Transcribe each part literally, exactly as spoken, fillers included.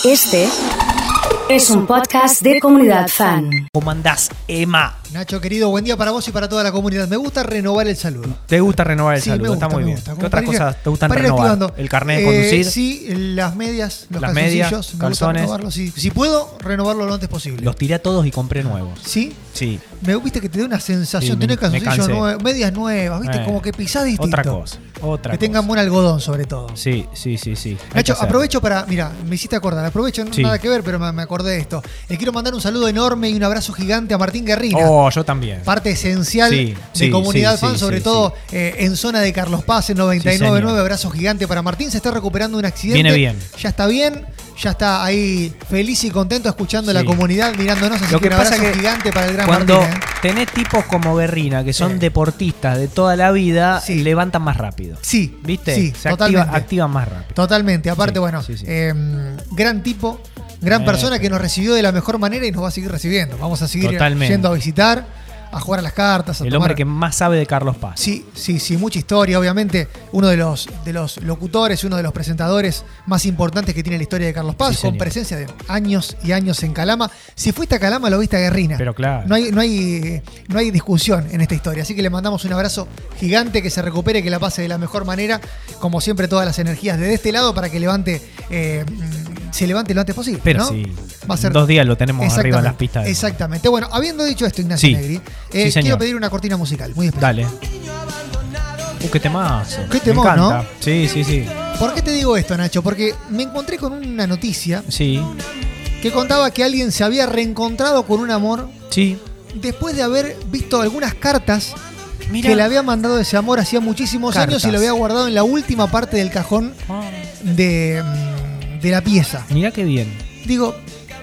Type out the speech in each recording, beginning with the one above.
Este es un podcast de Comunidad Fan. ¿Cómo andás, Emma? Nacho, querido, buen día para vos y para toda la comunidad. Me gusta renovar el saludo. ¿Te gusta renovar el sí, saludo? Me gusta, Está muy me bien. gusta. ¿Qué otras cosas te gustan para ir renovar? activando. ¿El carnet de conducir? Eh, sí, las medias, los las calzoncillos. medias, me calzones. gusta renovarlos. Sí. Si puedo, renovarlo lo antes posible. Los tiré a todos y compré nuevos. ¿Sí? Sí. Me viste que te da una sensación. Sí, Tenés me calzoncillos cansé. nuevos, medias nuevas, viste, Eh, como que pisás distinto. Otra cosa. Otra que cosa. tengan buen algodón, sobre todo. Sí, sí, sí, sí. Hay que Nacho, hacerlo. aprovecho para. Mira, me hiciste acordar. Aprovecho, Sí. nada que ver, pero me, me acordé de esto. Le quiero mandar un saludo enorme y un abrazo gigante a Martín Guerrina. Oh, yo también. Parte esencial Sí, de sí, Comunidad sí, Fan, sí, sobre sí, todo eh, en zona de Carlos Paz, en noventa y nueve punto nueve. señor. Abrazo gigante para Martín. Se está recuperando de un accidente. Viene bien. Ya está bien. Ya está ahí feliz y contento escuchando Sí. la comunidad, mirándonos. Así Lo que un pasa abrazo que gigante para el gran Cuando Martín. ¿eh? tenés tipos como Guerrina, que son Sí. deportistas de toda la vida, Sí. levantan más rápido. Sí, ¿Viste? sí, Se totalmente. activa, activan más rápido. Totalmente. Aparte, Sí, bueno, sí, sí. eh, gran tipo, gran Eh, persona que nos recibió de la mejor manera y nos va a seguir recibiendo. Vamos a seguir Totalmente. yendo a visitar, a jugar a las cartas, a El tomar- hombre que más sabe de Carlos Paz. Sí, sí, sí, mucha historia, obviamente. Uno de los, de los locutores, uno de los presentadores más importantes que tiene la historia de Carlos Paz, Sí, con señor. presencia de años y años en Calama. Si fuiste a Calama, lo viste a Guerrina. Pero claro. No hay, no hay, no hay discusión en esta historia. Así que le mandamos un abrazo gigante, que se recupere, que la pase de la mejor manera. Como siempre, todas las energías desde este lado para que levante, eh, se levante lo antes posible. Pero ¿no? sí, Va a ser en dos días lo tenemos arriba en las Exactamente, pistas. de- Exactamente. Bueno, habiendo dicho esto, Ignacio Sí. Negri, Sí, eh, señor. quiero pedir una cortina musical muy especial. Dale. Uh, qué temazo. Qué Me temón, encanta. ¿no? Sí, sí, sí. ¿Por qué te digo esto, Nacho? Porque me encontré con una noticia Sí, que contaba que alguien se había reencontrado con un amor sí. después de haber visto algunas cartas Mira. que le había mandado ese amor hacía muchísimos Cartas. años y lo había guardado en la última parte del cajón de, mm, de la pieza. Mirá qué bien. Digo,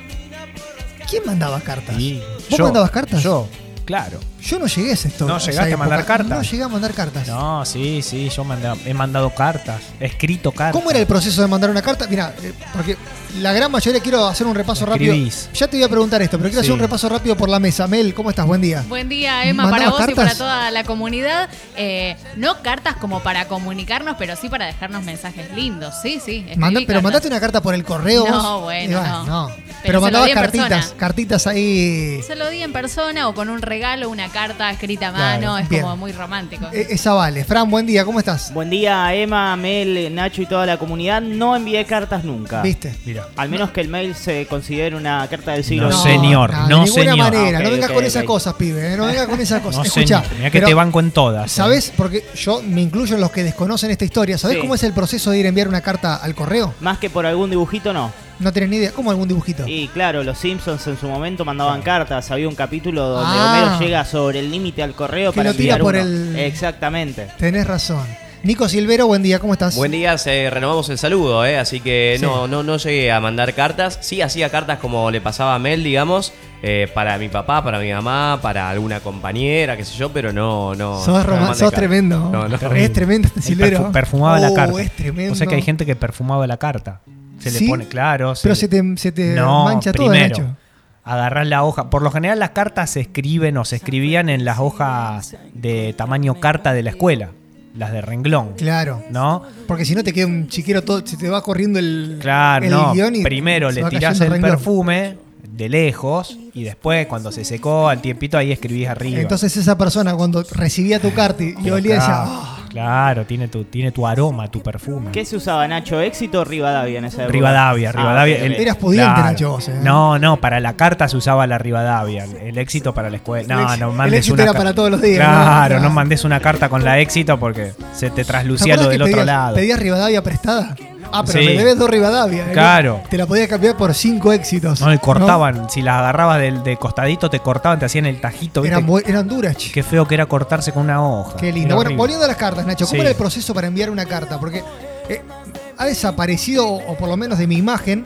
¿quién mandaba cartas? Sí. ¿Vos Yo, mandabas cartas? Yo, claro. Yo no llegué a esto. ¿No llegaste a mandar cartas? No llegué a mandar cartas. No, sí, sí, yo manda- he mandado cartas, he escrito cartas. ¿Cómo era el proceso de mandar una carta? Mira, eh, porque la gran mayoría, quiero hacer un repaso Escribís. rápido. Ya te voy a preguntar esto, pero quiero Sí. hacer un repaso rápido por la mesa. Mel, ¿cómo estás? Buen día. Buen día, Emma, para ¿Mandabas vos y cartas? para toda la comunidad. Eh, no cartas como para comunicarnos, pero sí para dejarnos mensajes lindos. Sí, sí. escribí Manda- pero cartas. mandaste una carta por el correo. No, vos? bueno, Y bueno, no. Pero, Pero se lo mandabas di en cartitas, persona. cartitas ahí. Se lo di en persona o con un regalo, una carta escrita a Claro, mano. Es bien. como muy romántico. Eh, esa vale. Fran, buen día, ¿cómo estás? Buen día, Emma, Mel, Nacho y toda la comunidad. No envié cartas nunca. ¿Viste? Mira. Al menos que el mail se considere una carta del siglo No, veinte. señor, de no, ninguna señor. manera. Ah, no ok, vengas ok, con ok. esas cosas, pibe. ¿eh? No vengas con esas cosas. No, Escucha, señor. Mirá que te banco en todas. ¿eh? ¿sabés? Porque yo me incluyo en los que desconocen esta historia. ¿Sabés Sí. cómo es el proceso de ir a enviar una carta al correo? Más que por algún dibujito, no. No tenés ni idea. ¿Cómo algún dibujito? Y claro, los Simpsons en su momento mandaban cartas. Había un capítulo donde Ah. Homero llega sobre el límite al correo Que para lo tira enviar por uno. el- Exactamente. Tenés razón. Nico Silvero, buen día, ¿cómo estás? Buen día, se renovamos el saludo, ¿eh? Así que Sí. no, no, no llegué a mandar cartas. Sí hacía cartas como le pasaba a Mel, digamos, eh, para mi papá, para mi mamá, para alguna compañera, qué sé yo, pero no, no. Sos, no roma- mandé sos cartas. tremendo. No, no. Es tremendo este El Silvero. perfu- perfumaba la Oh, carta. es tremendo. O sea que hay gente que perfumaba la carta. Se ¿Sí? le pone, claro. Pero se te, se te No, mancha todo, primero, Nacho. agarrás la hoja. Por lo general las cartas se escriben o se escribían en las hojas de tamaño carta de la escuela. Las de renglón. Claro. ¿No? Porque si no te queda un chiquero todo, se te va corriendo el, Claro, el no. guión y Primero se le va tirás cayendo el renglón. perfume de lejos y después cuando se secó al tiempito ahí escribís arriba. Entonces esa persona cuando recibía tu carta y, y Pero olía decía, claro, "Ah". claro, tiene tu, tiene tu aroma, tu perfume. ¿Qué se usaba, Nacho? ¿Éxito o Rivadavia en esa época? Rivadavia, Ah, Rivadavia. ok, el- ok. Eras pudiente, Nacho, vos, eh. No, no, para la carta se usaba la Rivadavia. El, el éxito para la escuela. El No, ex- no el mandes éxito una era ca- para todos los días, ¿no? Claro, no, Claro. mandes una carta con la éxito porque se te ¿Te traslucía acuerdas lo que del otro pedías, lado. pedías Rivadavia prestada? Ah, pero Sí. me debes dos Rivadavia. ¿eh? Claro. Te la podía cambiar por cinco éxitos. No, y cortaban, si las agarrabas del de costadito, te cortaban, te hacían el tajito. ¿viste? Eran, bu- eran duras. ch. Qué feo que era cortarse con una hoja. Qué Era lindo. Bueno, horrible. volviendo a las cartas, Nacho, ¿cómo Sí. era el proceso para enviar una carta? Porque eh, ha desaparecido, o por lo menos de mi imagen,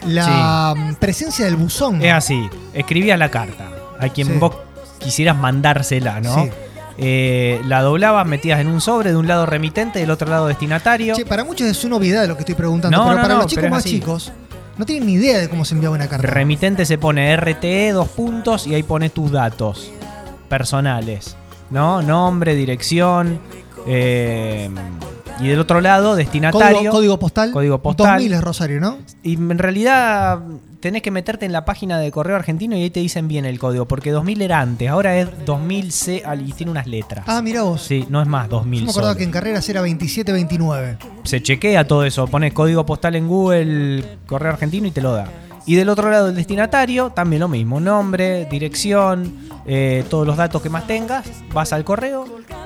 la mm, presencia del buzón. Es así, escribías la carta a quien Sí. vos quisieras mandársela, ¿no? Sí. Eh, la doblabas, metías en un sobre, de un lado remitente, del otro lado destinatario. Che, para muchos es una obviedad lo que estoy preguntando, No, pero no, para no, los chicos pero es más así. chicos no tienen ni idea de cómo se enviaba una carta. Remitente se pone R T E, dos puntos, y ahí pones tus datos personales, ¿no? Nombre, dirección, eh, y del otro lado, destinatario. Código, código postal. Código postal. dos mil es Rosario, ¿no? Y en realidad tenés que meterte en la página de Correo Argentino y ahí te dicen bien el código, porque dos mil era antes, ahora es dos mil C y tiene unas letras. Ah, mirá vos. Sí, no es más dos mil. Yo me acordaba solo. que en carreras era veintisiete veintinueve. Se chequea todo eso, pones código postal en Google, Correo Argentino y te lo da. Y del otro lado, el destinatario, también lo mismo, nombre, dirección, eh, todos los datos que más tengas, vas al correo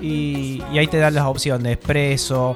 y, y ahí te dan las opciones, expreso,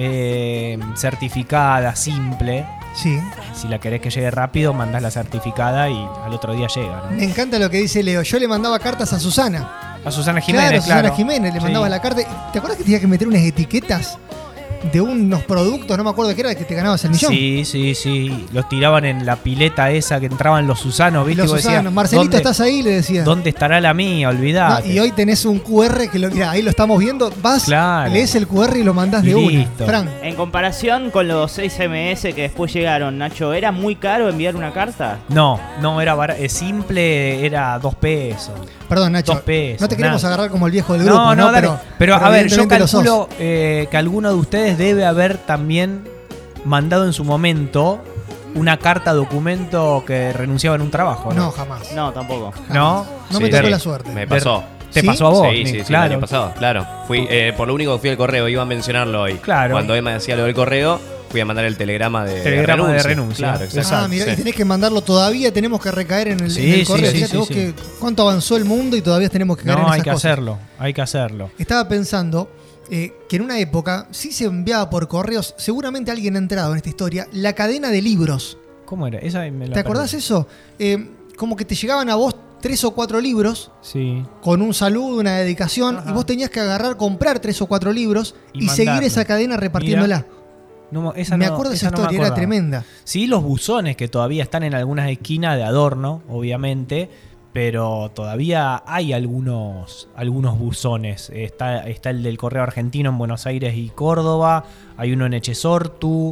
eh, certificada, simple. Sí. Si la querés que llegue rápido, mandás la certificada y al otro día llega, ¿no? Me encanta lo que dice Leo. Yo le mandaba cartas a Susana. A Susana Jiménez, claro. claro. Susana Jiménez le mandaba Sí. la carta. ¿Te acuerdas que tenía que meter unas etiquetas de unos productos? No me acuerdo qué era, que te ganabas el millón. Sí, sí, sí. Los tiraban en la pileta esa que entraban los Susanos, ¿viste? Los Y vos decías, Susanos. Marcelito, ¿dónde- ¿estás ahí? Le decía. ¿Dónde estará la mía? Olvidate. No, y hoy tenés un Q R que lo, mirá, ahí lo estamos viendo. Vas, Claro. lees el Q R y lo mandás Y de una. listo. Fran, En comparación con los seis M S que después llegaron, Nacho, ¿era muy caro enviar una carta? No, no, era bar- es simple, era dos pesos. perdón, Nacho. Dos pesos, no te queremos nada. agarrar como el viejo del grupo, No, ¿no? no, dale. Pero, Pero, a ver, yo evidentemente lo sos. calculo eh, que alguno de ustedes debe haber también mandado en su momento una carta documento que renunciaba en un trabajo, ¿no? No, jamás. No, tampoco. ¿No? No me Sí. tocó Sí. la suerte. Me pasó. ¿Te ¿Sí? pasó a vos? Sí, sí, Nick? sí, claro. el año pasado, claro. Fui, eh, por lo único que fui al correo, iba a mencionarlo hoy. Claro. Cuando Emma decía lo del correo, fui a mandar el telegrama de Telegrama de renuncia. renuncia. Claro, exacto. Ah, mirá, Sí. y tenés que mandarlo todavía, tenemos que recaer en el, Sí, en el sí, correo. sí, Fíjate sí, vos sí. que cuánto avanzó el mundo y todavía tenemos que caer en No, esas hay que cosas. hacerlo, hay que hacerlo. Estaba pensando eh, que en una época sí se enviaba por correos, seguramente alguien ha entrado en esta historia, la cadena de libros. ¿Cómo era? Esa me la ¿Te acordás perdí. eso? Eh, como que te llegaban a vos tres o cuatro libros Sí. con un saludo, una dedicación, Ajá. y vos tenías que agarrar, comprar tres o cuatro libros Y y, seguir mandarlo. esa cadena repartiéndola. No, esa me no- acuerdo de esa esa no me historia, era acordaba. tremenda. Sí, los buzones que todavía están en algunas esquinas de adorno, obviamente, pero todavía hay algunos, algunos buzones. Está, está el del Correo Argentino en Buenos Aires y Córdoba, hay uno en Echesortu,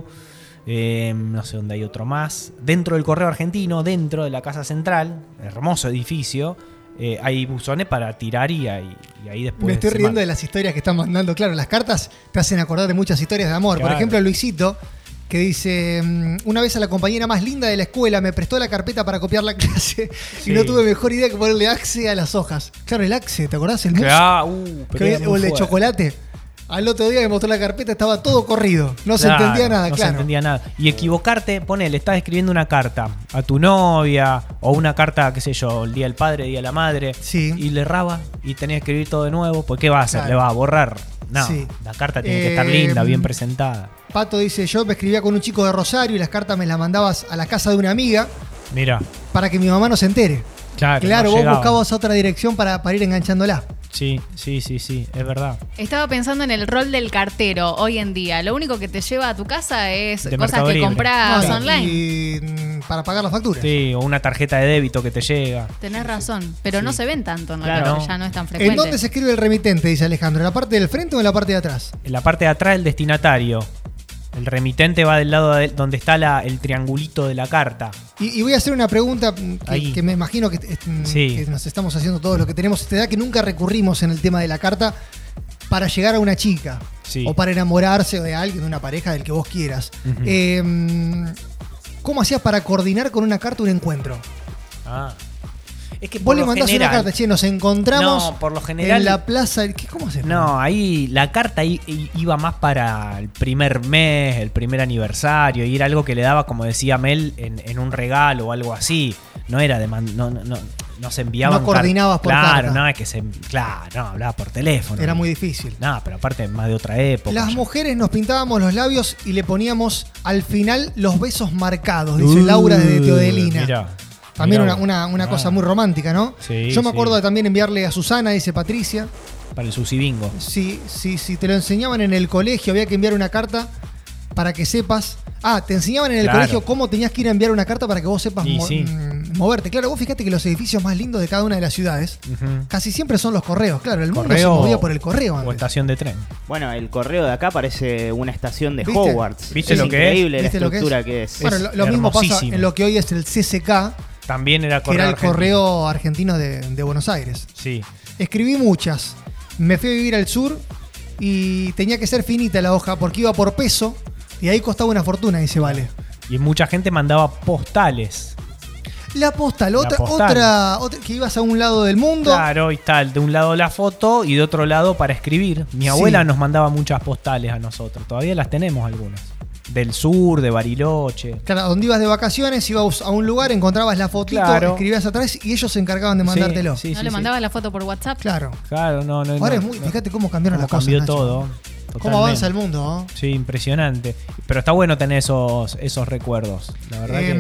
eh, no sé dónde hay otro más. Dentro del Correo Argentino, dentro de la Casa Central, hermoso edificio, eh, hay buzones para tirar y ahí, y ahí después... Me estoy se riendo manda. de las historias que están mandando. Claro, las cartas te hacen acordar de muchas historias de amor. Por Claro. ejemplo, Luisito, que dice, mm, una vez a la compañera más linda de la escuela me prestó la carpeta para copiar la clase Sí. y no tuve mejor idea que ponerle Axe a las hojas. Claro, el Axe, ¿te acordás? El mousse, Ah, uh, pero que- era muy o el de fuerte. chocolate. Al otro día me mostró la carpeta, estaba todo corrido. No se Claro, entendía nada, no claro. se entendía nada. Y equivocarte, ponele, estás escribiendo una carta a tu novia o una carta, qué sé yo, el día del padre, el día de la madre. Sí. Y le erraba y tenés que escribir todo de nuevo. ¿Pues qué va a hacer? Claro. ¿Le vas a borrar? No, Sí. la carta tiene que estar Eh, linda, bien presentada. Pato dice, yo me escribía con un chico de Rosario y las cartas me las mandabas a la casa de una amiga Mira, para que mi mamá no se entere. claro. Claro, no vos llegaba. buscabas otra dirección para, para ir enganchándola. Sí, sí, sí, sí, es verdad. Estaba pensando en el rol del cartero hoy en día. Lo único que te lleva a tu casa es De cosas Mercado que Libre. compras No, y- online. Y mm, para pagar las facturas. Sí, o una tarjeta de débito que te llega. Tenés razón, pero no se ven tanto en la Claro. calle, No. ya no es tan ¿En frecuente. dónde se escribe el remitente? Dice Alejandro. ¿En la parte del frente o en la parte de atrás? En la parte de atrás, el destinatario. El remitente va del lado de- donde está la- el triangulito de la carta. Y, y voy a hacer una pregunta mm, Ahí. que, que me imagino que, eh, mm, Sí. que nos estamos haciendo todos los que tenemos esta edad, que nunca recurrimos en el tema de la carta para llegar a una chica. Sí. O para enamorarse de alguien, de una pareja, del que vos quieras. Ujú. Eh, mm, ¿Cómo hacías para coordinar con una carta un encuentro? Ah. Es que Vos por le lo mandás general, una carta, che, nos encontramos No, por lo general- en la plaza. ¿Qué, ¿Cómo se No, ahí la carta i- i- iba más para el primer mes, el primer aniversario, y era algo que le daba, como decía Mel, en, en un regalo o algo así. No era de man- no, no, no, no se enviaban No coordinabas car- por claro, carta. no, es que se. Claro, no, hablaba por teléfono. Era muy difícil. No, pero aparte más de otra época. Las ya. mujeres nos pintábamos los labios y le poníamos al final los besos marcados, dice Uh, Laura desde Teodelina. mirá, También mirá una, vos. una- una Ah, cosa muy romántica, ¿no? Sí, Yo me sí. acuerdo de también enviarle a Susana, dice Patricia. Para el susibingo. Si, si, si te lo enseñaban en el colegio, había que enviar una carta para que sepas. Ah, te enseñaban en el Claro. colegio cómo tenías que ir a enviar una carta para que vos sepas Y mo- sí. mm, moverte. Claro, vos fíjate que los edificios más lindos de cada una de las ciudades Ujú. casi siempre son los correos. Claro, el mundo se Correo movía por el correo o antes. estación de tren. Bueno, el correo de acá parece una estación de ¿Viste? Hogwarts. ¿Viste es lo que es? increíble la ¿Viste lo que es? estructura que es. Bueno, Es lo, lo mismo pasa hermosísimo. en lo que hoy es el C C K, También era que correo. era el argentino. correo argentino de, de Buenos Aires. Sí. Escribí muchas. Me fui a vivir al sur y tenía que ser finita la hoja porque iba por peso y ahí costaba una fortuna, dice Vale. Y mucha gente mandaba postales. La postal, La otra, postal. otra, otra, que ibas a un lado del mundo. Claro, y está de un lado la foto y de otro lado para escribir. Mi abuela Sí. nos mandaba muchas postales a nosotros. Todavía las tenemos algunas. Del sur, de Bariloche. Claro, donde ibas de vacaciones, ibas a un lugar, encontrabas la fotito, Claro. escribías atrás y ellos se encargaban de mandártelo. Sí, sí, ¿No sí, le sí. mandabas la foto por WhatsApp? Claro. Claro, no, no. Ahora no, es muy, no. fíjate cómo cambiaron las Cómo cosas. cambió Nacho. todo. Cómo Totalmente. avanza el mundo, ¿no? Sí, impresionante. Pero está bueno tener esos, esos recuerdos. La verdad que.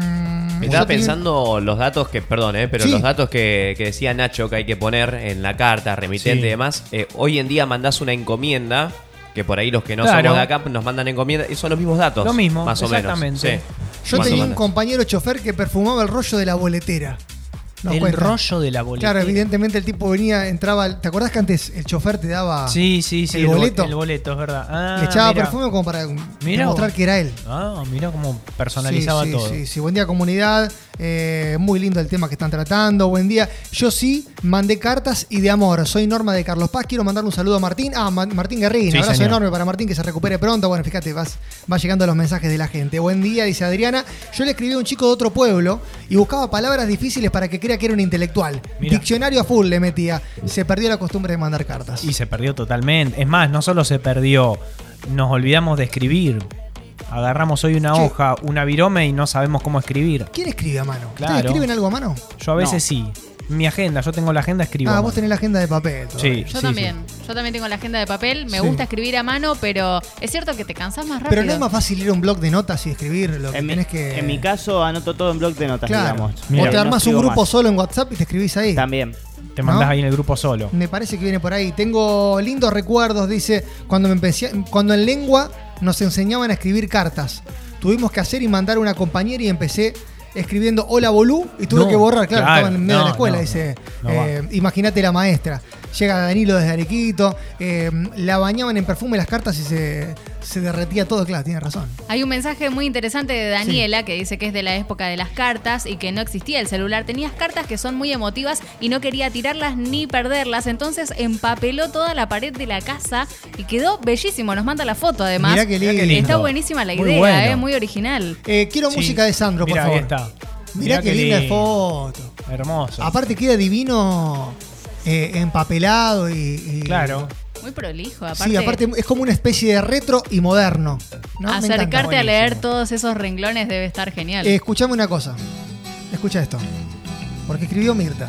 Em, Me yo estaba tenía- pensando los datos que, perdón, eh, pero Sí. los datos que, que decía Nacho que hay que poner en la carta, remitente Sí. y demás. eh, hoy en día mandás una encomienda, que por ahí los que no Claro. somos de acá nos mandan encomienda, y son los mismos datos. Lo mismo, más o exactamente. menos. Sí. Yo Más o tenía un menos. compañero chofer que perfumaba el rollo de la boletera. Nos el cuenta. rollo de la boletera. Claro, evidentemente el tipo venía, entraba. ¿Te acordás que antes el chofer te daba Sí, sí, sí. el bo- boleto? El boleto, es verdad. Ah, Le echaba mirá. perfume como para Mirá demostrar vos. que era él. Ah, mira cómo personalizaba sí, sí, todo. Sí, sí, buen día comunidad. Eh, muy lindo el tema que están tratando. Buen día. Yo sí mandé cartas y de amor. Soy Norma de Carlos Paz. Quiero mandarle un saludo a Martín. Ah, Ma- Martín Guerrín. Sí, Abrazo señor. enorme para Martín, que se recupere pronto. Bueno, fíjate, vas, va llegando los mensajes de la gente. Buen día, dice Adriana. Yo le escribí a un chico de otro pueblo y buscaba palabras difíciles para que crea que era un intelectual. Mirá. Diccionario a full le metía. Se perdió la costumbre de mandar cartas. Y se perdió totalmente. Es más, no solo se perdió, nos olvidamos de escribir. Agarramos hoy una Che. hoja, una virome y no sabemos cómo escribir. ¿Quién escribe a mano? ¿Ustedes Claro. escriben algo a mano? Yo a veces sí. Mi agenda, yo tengo la agenda, escribo. Ah, a vos mano. tenés la agenda de papel. todavía. Sí, Yo sí, también. Yo también tengo la agenda de papel. Me Sí. gusta escribir a mano, pero es cierto que te cansás más rápido. Pero no es más fácil ir a un blog de notas y escribir lo que En mi, tenés que. en mi caso anoto todo en blog de notas, Claro. digamos. Mira. O Pero te no armás un escribo grupo más. solo en WhatsApp y te escribís ahí. También. sí. Te mandás ¿No? ahí en el grupo solo. Me parece que viene por ahí. Tengo lindos recuerdos, dice, cuando me empecé, cuando en lengua nos enseñaban a escribir cartas. Tuvimos que hacer y mandar a una compañera y empecé escribiendo hola bolú y tuve No, que borrar, claro, claro, estaban en medio no, de la escuela, no, dice, no, eh, imagínate la maestra. Llega Danilo desde Arequito, eh, la bañaban en perfume las cartas y se, se derretía todo, claro, tiene razón. Hay un mensaje muy interesante de Daniela que dice que es de la época de las cartas y que no existía el celular. Tenías cartas que son muy emotivas y no quería tirarlas ni perderlas. Entonces empapeló toda la pared de la casa y quedó bellísimo. Nos manda la foto además. Mirá qué lindo. Mirá qué lindo. Está buenísima la Muy idea, bueno. eh, muy original. Eh, quiero Sí. música de Sandro, por Mirá, favor. ahí está. Mirá, qué linda foto. Hermoso. Aparte queda divino eh, empapelado y, y- Claro. Muy prolijo. Aparte, Sí, aparte es como una especie de retro y moderno. ¿no? Me encanta. acercarte a buenísimo. leer todos esos renglones debe estar genial. Eh, escuchame una cosa. Escucha esto. Porque escribió Mirta.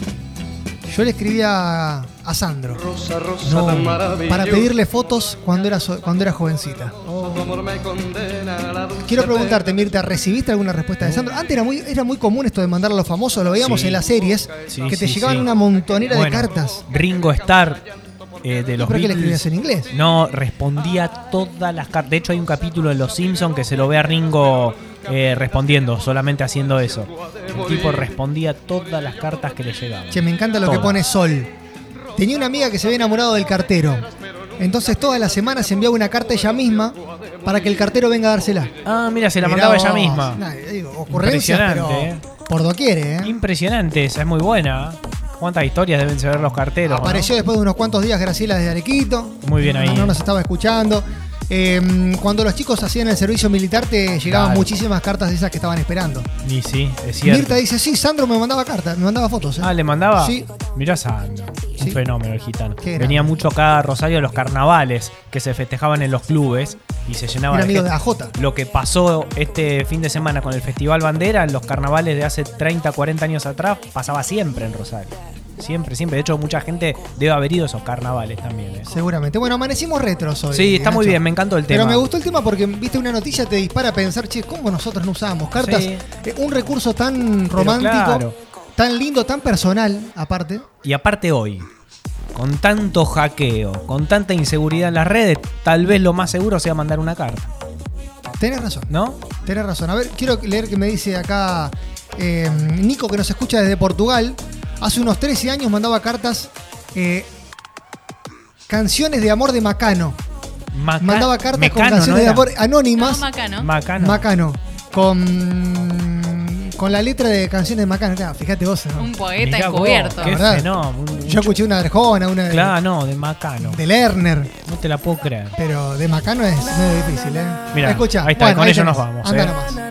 Yo le escribí a, a Sandro Rosa, rosa No, tan maravillosa. para pedirle fotos cuando era, so- cuando era jovencita. Tu amor me condena a la dulce Quiero preguntarte, pena. Mirta, ¿recibiste alguna respuesta de Sandro? Antes era muy, era muy común esto de mandar a los famosos, lo veíamos Sí. en las series, Sí, que te sí, llegaban sí. una montonera Bueno, de cartas. Ringo Starr eh, de los ¿Pero qué le Beatles. escribías en inglés? No, respondía todas las cartas. De hecho, hay un capítulo de Los Simpsons que se lo ve a Ringo eh, respondiendo, solamente haciendo eso. El tipo respondía todas las cartas que le llegaban. Che, me encanta lo que Todas. pone Sol. Tenía una amiga que se había enamorado del cartero. Entonces todas las semanas enviaba una carta ella misma para que el cartero venga a dársela. Ah, mira, se la Mirá mandaba ella vos. misma. Nah, digo, ocurrencias, pero Impresionante, por doquier, ¿eh? Impresionante, esa es muy buena. ¿Cuántas historias deben saber los carteros? Apareció ¿no? después de unos cuantos días Graciela desde Arequito. Muy bien ahí. No, no nos estaba escuchando. Eh, cuando los chicos hacían el servicio militar te llegaban Claro. muchísimas cartas de esas que estaban esperando. Y sí, es cierto. Mirta dice, sí, Sandro me mandaba cartas, me mandaba fotos. ¿eh? Ah, ¿le mandaba? Sí. Mirá Sandro. Sí. Un fenómeno el gitano. Qué Venía grande. mucho acá a Rosario a los carnavales que se festejaban en los clubes y se llenaba Era amigo de gente. A J. Lo que pasó este fin de semana con el Festival Bandera, en los carnavales de hace treinta, cuarenta años atrás, pasaba siempre en Rosario. Siempre, siempre. De hecho, mucha gente debe haber ido a esos carnavales también. ¿eh? Seguramente. Bueno, amanecimos retros hoy. Sí, está muy Nacho. bien, me encantó el tema. Pero me gustó el tema porque, viste, una noticia te dispara a pensar, che, ¿cómo nosotros no usábamos cartas? Sí. Eh, un recurso tan romántico, claro. tan lindo, tan personal, aparte. Y aparte hoy, con tanto hackeo, con tanta inseguridad en las redes, tal vez lo más seguro sea mandar una carta, Tenés razón. ¿no? Tenés razón. A ver, quiero leer que me dice acá eh, Nico, que nos escucha desde Portugal. Hace unos trece años mandaba cartas, eh, canciones de amor de Macano. Maca- Mandaba cartas con Mecano, canciones ¿no de era? amor No, anónimas. Macano. Macano. Macano. Con, con la letra de canciones de Macano. Claro, fíjate vos. ¿no? Un poeta Mirá vos, encubierto. Qué ¿Verdad? fenómeno, un, Yo escuché una de Arjona, una de, Claro, no, de Macano. de Lerner, No te la puedo creer. pero de Macano es medio difícil, ¿eh? Mirá, Escucha, ahí está, con ello tenés. nos vamos, Anda ¿eh? nomás.